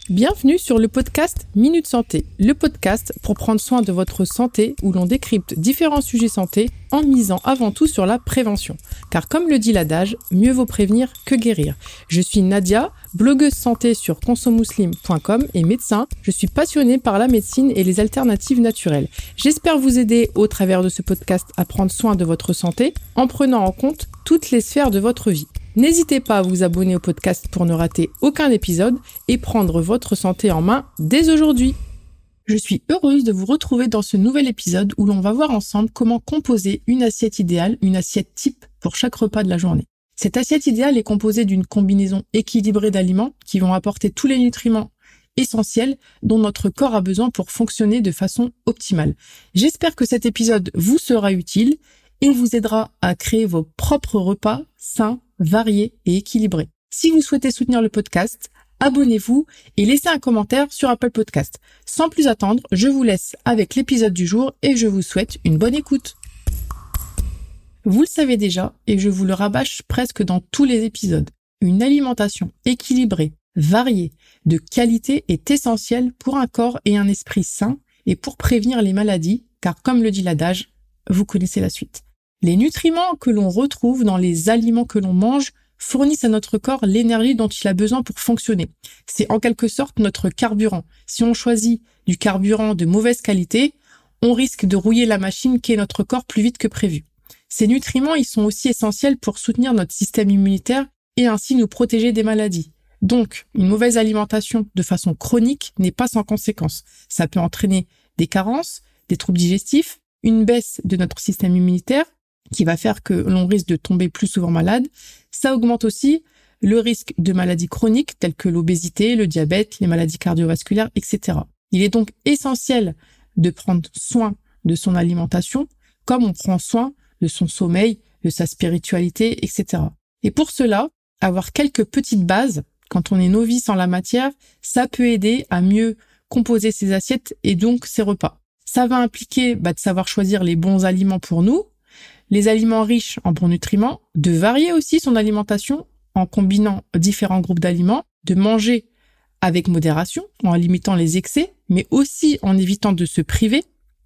Bienvenue sur le podcast Minute Santé, le podcast pour prendre soin de votre santé où l'on décrypte différents sujets santé en misant avant tout sur la prévention. Car comme le dit l'adage, mieux vaut prévenir que guérir. Je suis Nadia, blogueuse santé sur consomuslim.com et médecin. Je suis passionnée par la médecine et les alternatives naturelles. J'espère vous aider au travers de ce podcast à prendre soin de votre santé en prenant en compte toutes les sphères de votre vie. N'hésitez pas à vous abonner au podcast pour ne rater aucun épisode et prendre votre santé en main dès aujourd'hui. Je suis heureuse de vous retrouver dans ce nouvel épisode où l'on va voir ensemble comment composer une assiette idéale, une assiette type pour chaque repas de la journée. Cette assiette idéale est composée d'une combinaison équilibrée d'aliments qui vont apporter tous les nutriments essentiels dont notre corps a besoin pour fonctionner de façon optimale. J'espère que cet épisode vous sera utile et vous aidera à créer vos propres repas sains, variés et équilibrés. Si vous souhaitez soutenir le podcast, abonnez-vous et laissez un commentaire sur Apple Podcast. Sans plus attendre, je vous laisse avec l'épisode du jour et je vous souhaite une bonne écoute. Vous le savez déjà et je vous le rabâche presque dans tous les épisodes. Une alimentation équilibrée, variée, de qualité est essentielle pour un corps et un esprit sains et pour prévenir les maladies, car comme le dit l'adage, vous connaissez la suite. Les nutriments que l'on retrouve dans les aliments que l'on mange fournissent à notre corps l'énergie dont il a besoin pour fonctionner. C'est en quelque sorte notre carburant. Si on choisit du carburant de mauvaise qualité, on risque de rouiller la machine qu'est notre corps plus vite que prévu. Ces nutriments, ils sont aussi essentiels pour soutenir notre système immunitaire et ainsi nous protéger des maladies. Donc, une mauvaise alimentation de façon chronique n'est pas sans conséquences. Ça peut entraîner des carences, des troubles digestifs, une baisse de notre système immunitaire qui va faire que l'on risque de tomber plus souvent malade. Ça augmente aussi le risque de maladies chroniques telles que l'obésité, le diabète, les maladies cardiovasculaires, etc. Il est donc essentiel de prendre soin de son alimentation comme on prend soin de son sommeil, de sa spiritualité, etc. Et pour cela, avoir quelques petites bases, quand on est novice en la matière, ça peut aider à mieux composer ses assiettes et donc ses repas. Ça va impliquer de savoir choisir les bons aliments pour nous, les aliments riches en bons nutriments, de varier aussi son alimentation en combinant différents groupes d'aliments, de manger avec modération en limitant les excès, mais aussi en évitant de se priver.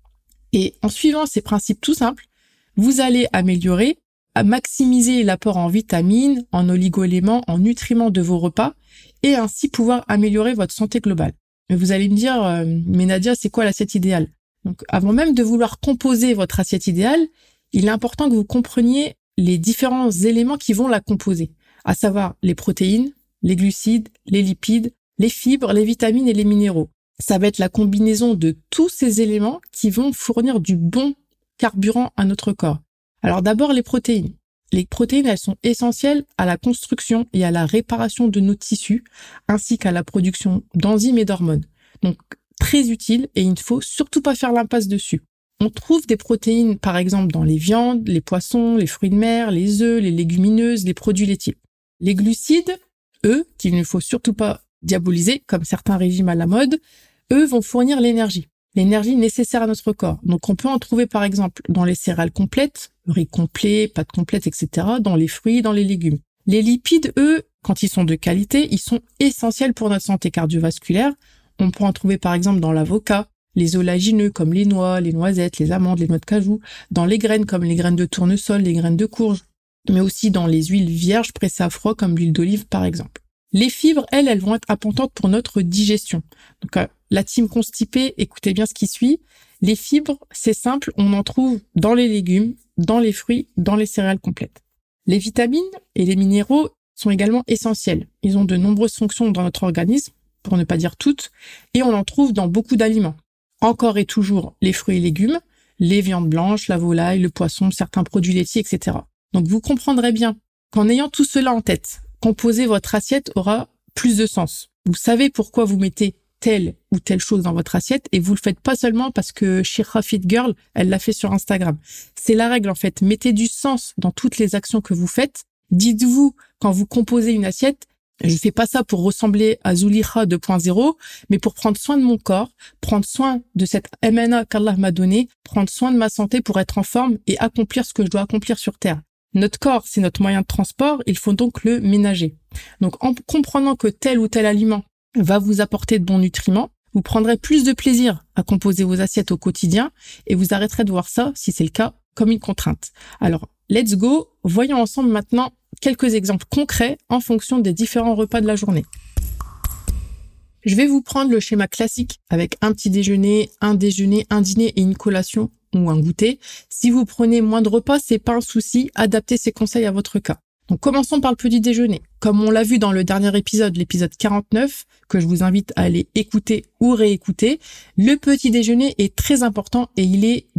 Et en suivant ces principes tout simples, vous allez améliorer, à maximiser l'apport en vitamines, en oligo-éléments, en nutriments de vos repas et ainsi pouvoir améliorer votre santé globale. Mais vous allez me dire, mais Nadia, c'est quoi l'assiette idéale ? Donc, avant même de vouloir composer votre assiette idéale, il est important que vous compreniez les différents éléments qui vont la composer, à savoir les protéines, les glucides, les lipides, les fibres, les vitamines et les minéraux. Ça va être la combinaison de tous ces éléments qui vont fournir du bon carburant à notre corps. Alors d'abord, les protéines. Les protéines, elles sont essentielles à la construction et à la réparation de nos tissus, ainsi qu'à la production d'enzymes et d'hormones. Donc, très utile et il ne faut surtout pas faire l'impasse dessus. On trouve des protéines, par exemple, dans les viandes, les poissons, les fruits de mer, les œufs, les légumineuses, les produits laitiers. Les glucides, eux, qu'il ne faut surtout pas diaboliser, comme certains régimes à la mode, eux vont fournir l'énergie nécessaire à notre corps. Donc on peut en trouver, par exemple, dans les céréales complètes, riz complet, pâtes complètes, etc., dans les fruits, dans les légumes. Les lipides, eux, quand ils sont de qualité, ils sont essentiels pour notre santé cardiovasculaire. On peut en trouver, par exemple, dans l'avocat, les oléagineux comme les noix, les noisettes, les amandes, les noix de cajou, dans les graines comme les graines de tournesol, les graines de courge, mais aussi dans les huiles vierges pressées à froid comme l'huile d'olive par exemple. Les fibres, elles vont être importantes pour notre digestion. Donc la team constipée, écoutez bien ce qui suit. Les fibres, c'est simple, on en trouve dans les légumes, dans les fruits, dans les céréales complètes. Les vitamines et les minéraux sont également essentiels. Ils ont de nombreuses fonctions dans notre organisme, pour ne pas dire toutes, et on en trouve dans beaucoup d'aliments. Encore et toujours les fruits et légumes, les viandes blanches, la volaille, le poisson, certains produits laitiers, etc. Donc vous comprendrez bien qu'en ayant tout cela en tête, composer votre assiette aura plus de sens. Vous savez pourquoi vous mettez telle ou telle chose dans votre assiette et vous le faites pas seulement parce que Shira Fit Girl, elle l'a fait sur Instagram. C'est la règle en fait. Mettez du sens dans toutes les actions que vous faites. Dites-vous quand vous composez une assiette, je fais pas ça pour ressembler à Zulikha 2.0, mais pour prendre soin de mon corps, prendre soin de cette MNA qu'Allah m'a donnée, prendre soin de ma santé pour être en forme et accomplir ce que je dois accomplir sur Terre. Notre corps, c'est notre moyen de transport, il faut donc le ménager. Donc en comprenant que tel ou tel aliment va vous apporter de bons nutriments. Vous prendrez plus de plaisir à composer vos assiettes au quotidien et vous arrêterez de voir ça, si c'est le cas, comme une contrainte. Alors, let's go. Voyons ensemble maintenant quelques exemples concrets en fonction des différents repas de la journée. Je vais vous prendre le schéma classique avec un petit déjeuner, un dîner et une collation ou un goûter. Si vous prenez moins de repas, c'est pas un souci, adaptez ces conseils à votre cas. Donc commençons par le petit déjeuner. Comme on l'a vu dans le dernier épisode, l'épisode 49, que je vous invite à aller écouter ou réécouter, le petit déjeuner est très important et il est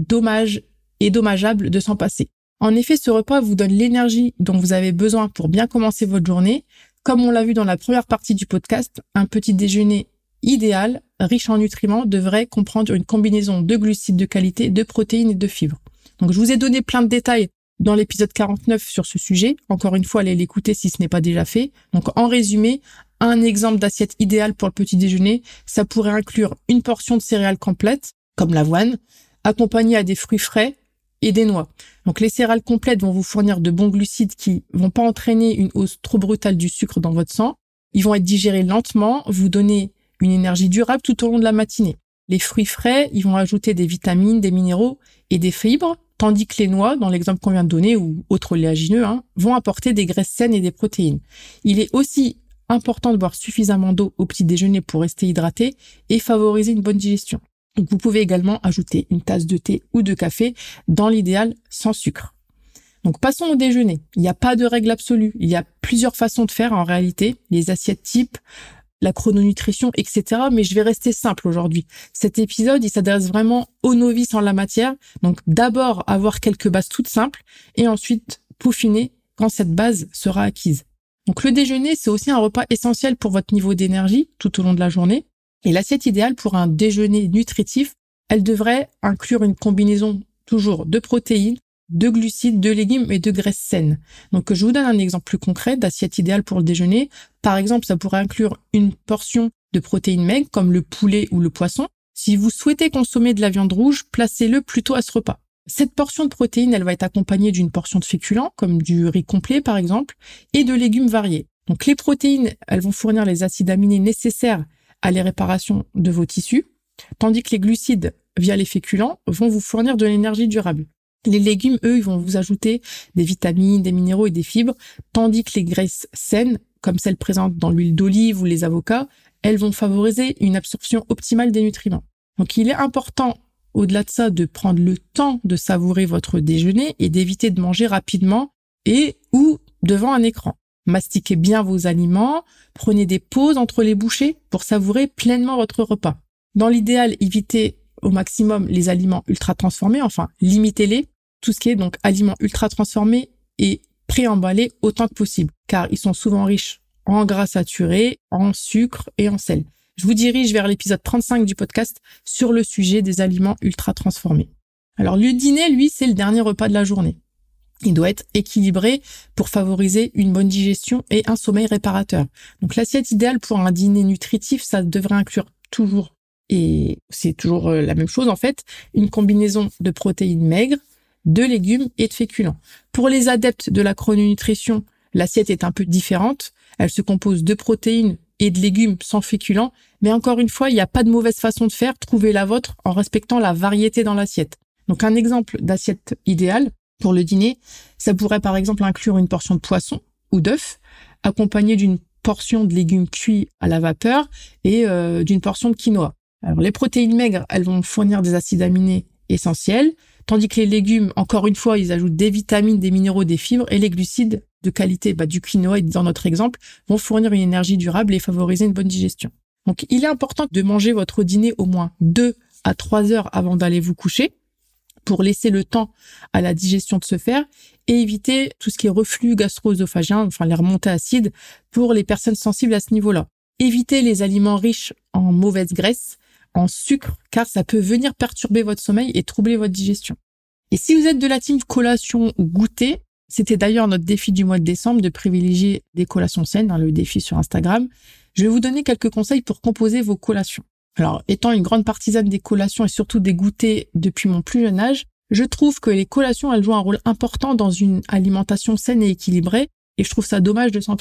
dommageable de s'en passer. En effet, ce repas vous donne l'énergie dont vous avez besoin pour bien commencer votre journée. Comme on l'a vu dans la première partie du podcast, un petit déjeuner idéal, riche en nutriments, devrait comprendre une combinaison de glucides de qualité, de protéines et de fibres. Donc je vous ai donné plein de détails dans l'épisode 49 sur ce sujet. Encore une fois, allez l'écouter si ce n'est pas déjà fait. Donc en résumé, un exemple d'assiette idéale pour le petit déjeuner, ça pourrait inclure une portion de céréales complètes, comme l'avoine, accompagnée à des fruits frais et des noix. Donc les céréales complètes vont vous fournir de bons glucides qui vont pas entraîner une hausse trop brutale du sucre dans votre sang. Ils vont être digérés lentement, vous donner une énergie durable tout au long de la matinée. Les fruits frais, ils vont ajouter des vitamines, des minéraux et des fibres, tandis que les noix, dans l'exemple qu'on vient de donner, ou autres oléagineux, vont apporter des graisses saines et des protéines. Il est aussi important de boire suffisamment d'eau au petit déjeuner pour rester hydraté et favoriser une bonne digestion. Donc vous pouvez également ajouter une tasse de thé ou de café, dans l'idéal sans sucre. Donc passons au déjeuner. Il n'y a pas de règle absolue. Il y a plusieurs façons de faire en réalité, les assiettes types, la chrononutrition, etc. Mais je vais rester simple aujourd'hui. Cet épisode, il s'adresse vraiment aux novices en la matière. Donc d'abord avoir quelques bases toutes simples et ensuite peaufiner quand cette base sera acquise. Donc le déjeuner, c'est aussi un repas essentiel pour votre niveau d'énergie tout au long de la journée. Et l'assiette idéale pour un déjeuner nutritif, elle devrait inclure une combinaison toujours de protéines, de glucides, de légumes et de graisses saines. Donc je vous donne un exemple plus concret d'assiette idéale pour le déjeuner. Par exemple, ça pourrait inclure une portion de protéines maigres comme le poulet ou le poisson. Si vous souhaitez consommer de la viande rouge, placez-le plutôt à ce repas. Cette portion de protéines, elle va être accompagnée d'une portion de féculents comme du riz complet par exemple et de légumes variés. Donc les protéines, elles vont fournir les acides aminés nécessaires à la réparation de vos tissus, tandis que les glucides, via les féculents, vont vous fournir de l'énergie durable. Les légumes, eux, ils vont vous ajouter des vitamines, des minéraux et des fibres, tandis que les graisses saines, comme celles présentes dans l'huile d'olive ou les avocats, elles vont favoriser une absorption optimale des nutriments. Donc il est important, au-delà de ça, de prendre le temps de savourer votre déjeuner et d'éviter de manger rapidement et ou devant un écran. Mastiquez bien vos aliments, prenez des pauses entre les bouchées pour savourer pleinement votre repas. Dans l'idéal, évitez au maximum les aliments ultra transformés, enfin limitez-les, tout ce qui est donc aliments ultra transformés et préemballés autant que possible, car ils sont souvent riches en gras saturés, en sucre et en sel. Je vous dirige vers l'épisode 35 du podcast sur le sujet des aliments ultra transformés. Alors le dîner, lui, c'est le dernier repas de la journée. Il doit être équilibré pour favoriser une bonne digestion et un sommeil réparateur. Donc l'assiette idéale pour un dîner nutritif, ça devrait inclure toujours, et c'est toujours la même chose en fait, une combinaison de protéines maigres, de légumes et de féculents. Pour les adeptes de la chrononutrition, l'assiette est un peu différente. Elle se compose de protéines et de légumes sans féculents, mais encore une fois, il n'y a pas de mauvaise façon de faire. Trouvez la vôtre en respectant la variété dans l'assiette. Donc un exemple d'assiette idéale pour le dîner, ça pourrait par exemple inclure une portion de poisson ou d'œuf, accompagnée d'une portion de légumes cuits à la vapeur et d'une portion de quinoa. Alors les protéines maigres, elles vont fournir des acides aminés essentiels, tandis que les légumes, encore une fois, ils ajoutent des vitamines, des minéraux, des fibres, et les glucides de qualité, du quinoa, dans notre exemple, vont fournir une énergie durable et favoriser une bonne digestion. Donc il est important de manger votre dîner au moins 2 à 3 heures avant d'aller vous coucher, pour laisser le temps à la digestion de se faire et éviter tout ce qui est reflux gastro-œsophagien, enfin les remontées acides pour les personnes sensibles à ce niveau-là. Évitez les aliments riches en mauvaises graisses, en sucre, car ça peut venir perturber votre sommeil et troubler votre digestion. Et si vous êtes de la team collation ou goûter, c'était d'ailleurs notre défi du mois de décembre de privilégier des collations saines, le défi sur Instagram, je vais vous donner quelques conseils pour composer vos collations. Alors, étant une grande partisane des collations et surtout des goûters depuis mon plus jeune âge, je trouve que les collations, elles jouent un rôle important dans une alimentation saine et équilibrée, et je trouve ça dommage de s'en priver.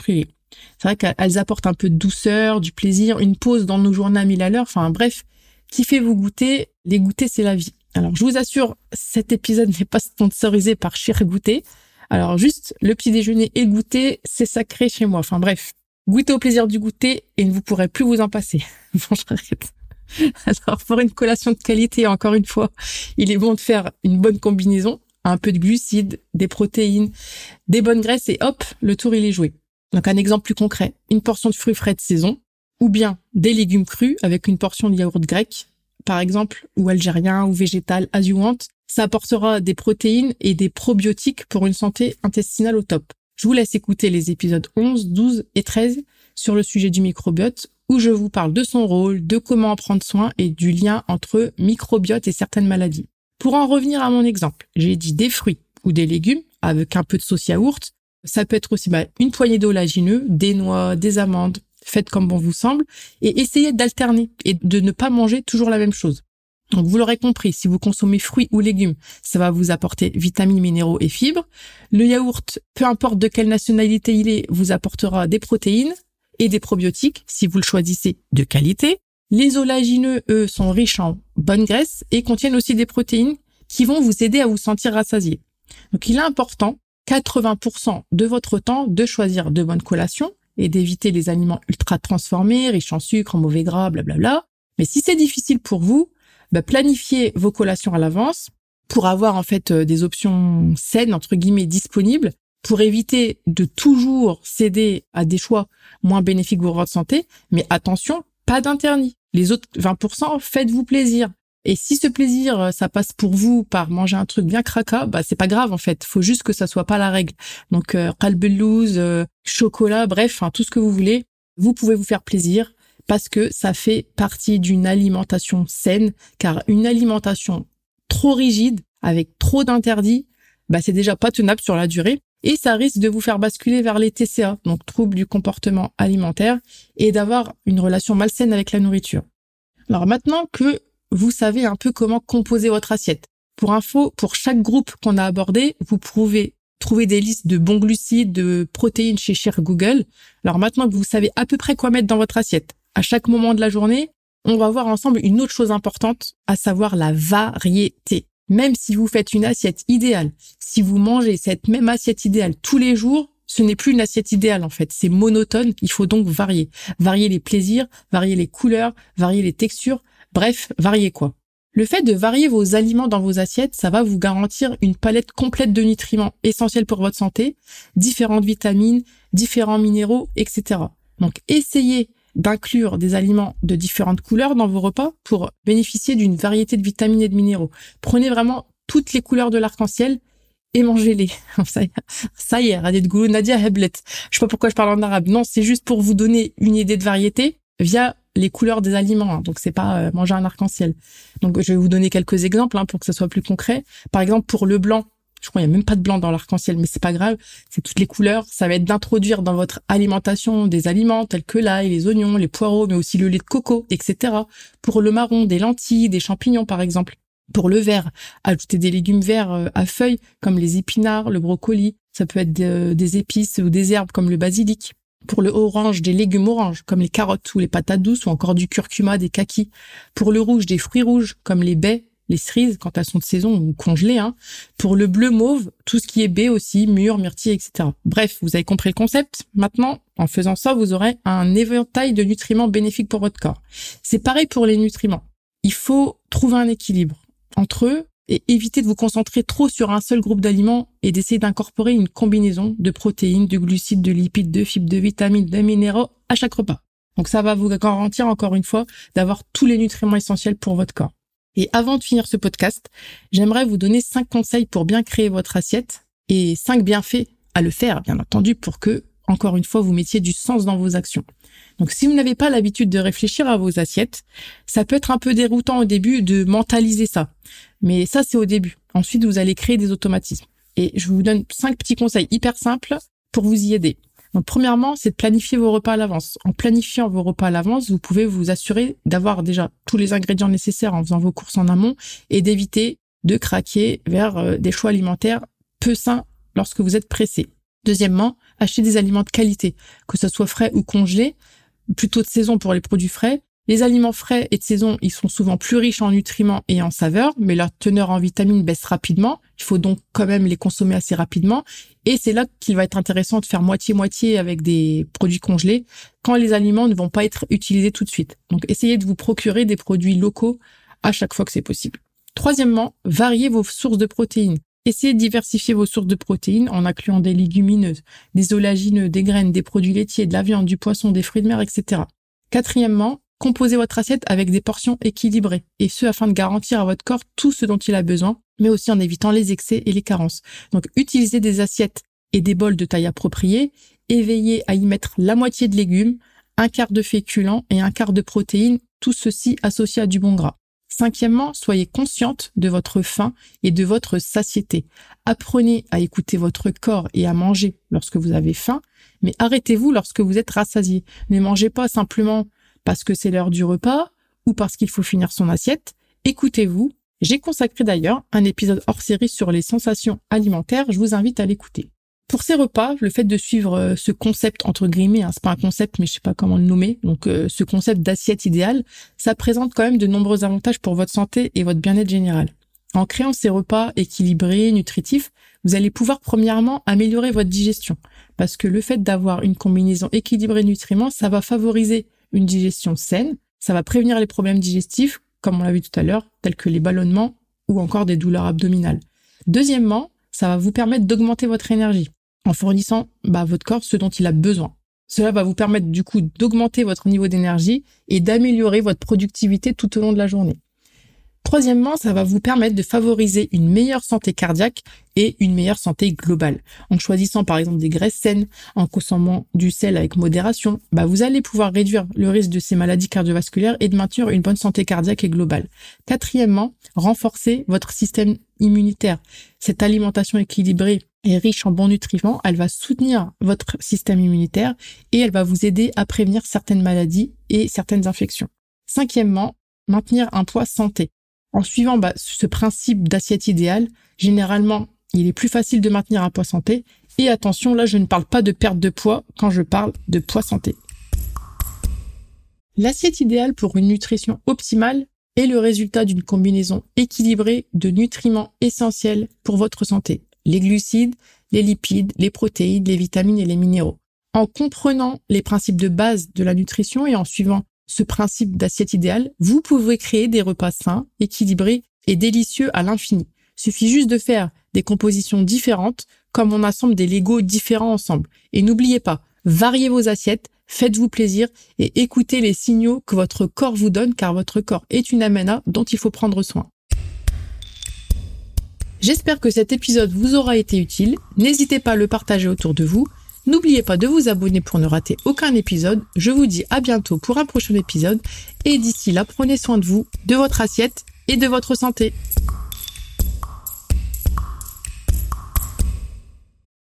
C'est vrai qu'elles apportent un peu de douceur, du plaisir, une pause dans nos journées à 1000 à l'heure. Enfin bref, kiffez-vous goûter. Les goûters, c'est la vie. Alors je vous assure, cet épisode n'est pas sponsorisé par Cher Goûter. Alors juste, le petit déjeuner et le goûter, c'est sacré chez moi. Enfin bref, goûtez au plaisir du goûter et ne vous pourrez plus vous en passer. Bon, j'arrête. Alors pour une collation de qualité, encore une fois, il est bon de faire une bonne combinaison. Un peu de glucides, des protéines, des bonnes graisses et hop, le tour il est joué. Donc un exemple plus concret, une portion de fruits frais de saison ou bien des légumes crus avec une portion de yaourt grec, par exemple, ou algérien ou végétal, as you want. Ça apportera des protéines et des probiotiques pour une santé intestinale au top. Je vous laisse écouter les épisodes 11, 12 et 13 sur le sujet du microbiote où je vous parle de son rôle, de comment en prendre soin et du lien entre microbiote et certaines maladies. Pour en revenir à mon exemple, j'ai dit des fruits ou des légumes avec un peu de sauce yaourt. Ça peut être aussi une poignée d'oléagineux, des noix, des amandes, faites comme bon vous semble et essayez d'alterner et de ne pas manger toujours la même chose. Donc vous l'aurez compris, si vous consommez fruits ou légumes, ça va vous apporter vitamines, minéraux et fibres. Le yaourt, peu importe de quelle nationalité il est, vous apportera des protéines et des probiotiques si vous le choisissez de qualité. Les oléagineux, eux, sont riches en bonnes graisses et contiennent aussi des protéines qui vont vous aider à vous sentir rassasié. Donc il est important, 80% de votre temps, de choisir de bonnes collations et d'éviter les aliments ultra transformés, riches en sucre, en mauvais gras, blablabla. Mais si c'est difficile pour vous, planifiez vos collations à l'avance pour avoir en fait des options saines, entre guillemets, disponibles, pour éviter de toujours céder à des choix moins bénéfiques pour votre santé. Mais attention, pas d'interdit. Les autres 20%, faites-vous plaisir. Et si ce plaisir, ça passe pour vous par manger un truc bien cracra, c'est pas grave en fait. Faut juste que ça soit pas la règle. Donc, qalbellouz, chocolat, bref, tout ce que vous voulez, vous pouvez vous faire plaisir parce que ça fait partie d'une alimentation saine. Car une alimentation trop rigide, avec trop d'interdits, c'est déjà pas tenable sur la durée. Et ça risque de vous faire basculer vers les TCA, donc troubles du comportement alimentaire, et d'avoir une relation malsaine avec la nourriture. Alors maintenant que vous savez un peu comment composer votre assiette, pour info, pour chaque groupe qu'on a abordé, vous pouvez trouver des listes de bons glucides, de protéines chez Cher Google. Alors maintenant que vous savez à peu près quoi mettre dans votre assiette, à chaque moment de la journée, on va voir ensemble une autre chose importante, à savoir la variété. Même si vous faites une assiette idéale, si vous mangez cette même assiette idéale tous les jours, ce n'est plus une assiette idéale en fait, c'est monotone, il faut donc varier. Varier les plaisirs, varier les couleurs, varier les textures, bref, varier quoi. Le fait de varier vos aliments dans vos assiettes, ça va vous garantir une palette complète de nutriments essentiels pour votre santé, différentes vitamines, différents minéraux, etc. Donc essayez d'inclure des aliments de différentes couleurs dans vos repas pour bénéficier d'une variété de vitamines et de minéraux. Prenez vraiment toutes les couleurs de l'arc-en-ciel et mangez-les. Ça y est, Radit Goulou Nadia Heblet. Je sais pas pourquoi je parle en arabe. Non, c'est juste pour vous donner une idée de variété via les couleurs des aliments. Donc c'est pas manger un arc-en-ciel. Donc je vais vous donner quelques exemples pour que ce soit plus concret. Par exemple, pour le blanc, je crois qu'il n'y a même pas de blanc dans l'arc-en-ciel, mais c'est pas grave, c'est toutes les couleurs. Ça va être d'introduire dans votre alimentation des aliments tels que l'ail, les oignons, les poireaux, mais aussi le lait de coco, etc. Pour le marron, des lentilles, des champignons par exemple. Pour le vert, ajouter des légumes verts à feuilles comme les épinards, le brocoli. Ça peut être des épices ou des herbes comme le basilic. Pour le orange, des légumes oranges comme les carottes ou les patates douces ou encore du curcuma, des kakis. Pour le rouge, des fruits rouges comme les baies, les cerises quand elles sont de saison ou congelées. Pour le bleu mauve, tout ce qui est baies aussi, mûres, myrtilles, etc. Bref, vous avez compris le concept. Maintenant, en faisant ça, vous aurez un éventail de nutriments bénéfiques pour votre corps. C'est pareil pour les nutriments. Il faut trouver un équilibre entre eux et éviter de vous concentrer trop sur un seul groupe d'aliments et d'essayer d'incorporer une combinaison de protéines, de glucides, de lipides, de fibres, de vitamines, de minéraux à chaque repas. Donc ça va vous garantir encore une fois d'avoir tous les nutriments essentiels pour votre corps. Et avant de finir ce podcast, j'aimerais vous donner 5 conseils pour bien créer votre assiette et 5 bienfaits à le faire, bien entendu, pour que, encore une fois, vous mettiez du sens dans vos actions. Donc, si vous n'avez pas l'habitude de réfléchir à vos assiettes, ça peut être un peu déroutant au début de mentaliser ça. Mais ça, c'est au début. Ensuite, vous allez créer des automatismes. Et je vous donne 5 petits conseils hyper simples pour vous y aider. Donc, premièrement, c'est de planifier vos repas à l'avance. En planifiant vos repas à l'avance, vous pouvez vous assurer d'avoir déjà tous les ingrédients nécessaires en faisant vos courses en amont et d'éviter de craquer vers des choix alimentaires peu sains lorsque vous êtes pressé. Deuxièmement, achetez des aliments de qualité, que ce soit frais ou congelés, plutôt de saison pour les produits frais. Les aliments frais et de saison, ils sont souvent plus riches en nutriments et en saveurs, mais leur teneur en vitamines baisse rapidement. Il faut donc quand même les consommer assez rapidement. Et c'est là qu'il va être intéressant de faire moitié-moitié avec des produits congelés quand les aliments ne vont pas être utilisés tout de suite. Donc, essayez de vous procurer des produits locaux à chaque fois que c'est possible. Troisièmement, variez vos sources de protéines. Essayez de diversifier vos sources de protéines en incluant des légumineuses, des oléagineux, des graines, des produits laitiers, de la viande, du poisson, des fruits de mer, etc. Quatrièmement, composez votre assiette avec des portions équilibrées, et ce afin de garantir à votre corps tout ce dont il a besoin, mais aussi en évitant les excès et les carences. Donc, utilisez des assiettes et des bols de taille appropriée, et veillez à y mettre la moitié de légumes, un quart de féculents et un quart de protéines, tout ceci associé à du bon gras. Cinquièmement, soyez consciente de votre faim et de votre satiété. Apprenez à écouter votre corps et à manger lorsque vous avez faim, mais arrêtez-vous lorsque vous êtes rassasié. Ne mangez pas simplement parce que c'est l'heure du repas ou parce qu'il faut finir son assiette. Écoutez-vous. J'ai consacré d'ailleurs un épisode hors série sur les sensations alimentaires. Je vous invite à l'écouter. Pour ces repas, le fait de suivre ce concept entre guillemets, c'est pas un concept mais je sais pas comment le nommer, donc ce concept d'assiette idéale, ça présente quand même de nombreux avantages pour votre santé et votre bien-être général. En créant ces repas équilibrés, nutritifs, vous allez pouvoir premièrement améliorer votre digestion parce que le fait d'avoir une combinaison équilibrée de nutriments, ça va favoriser une digestion saine, ça va prévenir les problèmes digestifs comme on l'a vu tout à l'heure, tels que les ballonnements ou encore des douleurs abdominales. Deuxièmement, ça va vous permettre d'augmenter votre énergie en fournissant votre corps ce dont il a besoin. Cela va vous permettre du coup d'augmenter votre niveau d'énergie et d'améliorer votre productivité tout au long de la journée. Troisièmement, ça va vous permettre de favoriser une meilleure santé cardiaque et une meilleure santé globale. En choisissant par exemple des graisses saines, en consommant du sel avec modération, vous allez pouvoir réduire le risque de ces maladies cardiovasculaires et de maintenir une bonne santé cardiaque et globale. Quatrièmement, renforcer votre système immunitaire. Cette alimentation équilibrée et riche en bons nutriments, elle va soutenir votre système immunitaire et elle va vous aider à prévenir certaines maladies et certaines infections. Cinquièmement, maintenir un poids santé. En suivant ce principe d'assiette idéale, généralement, il est plus facile de maintenir un poids santé. Et attention, là, je ne parle pas de perte de poids quand je parle de poids santé. L'assiette idéale pour une nutrition optimale est le résultat d'une combinaison équilibrée de nutriments essentiels pour votre santé. Les glucides, les lipides, les protéines, les vitamines et les minéraux. En comprenant les principes de base de la nutrition et en suivant ce principe d'assiette idéale, vous pouvez créer des repas sains, équilibrés et délicieux à l'infini. Suffit juste de faire des compositions différentes, comme on assemble des Legos différents ensemble. Et n'oubliez pas, variez vos assiettes, faites-vous plaisir et écoutez les signaux que votre corps vous donne, car votre corps est une amana dont il faut prendre soin. J'espère que cet épisode vous aura été utile. N'hésitez pas à le partager autour de vous. N'oubliez pas de vous abonner pour ne rater aucun épisode. Je vous dis à bientôt pour un prochain épisode. Et d'ici là, prenez soin de vous, de votre assiette et de votre santé.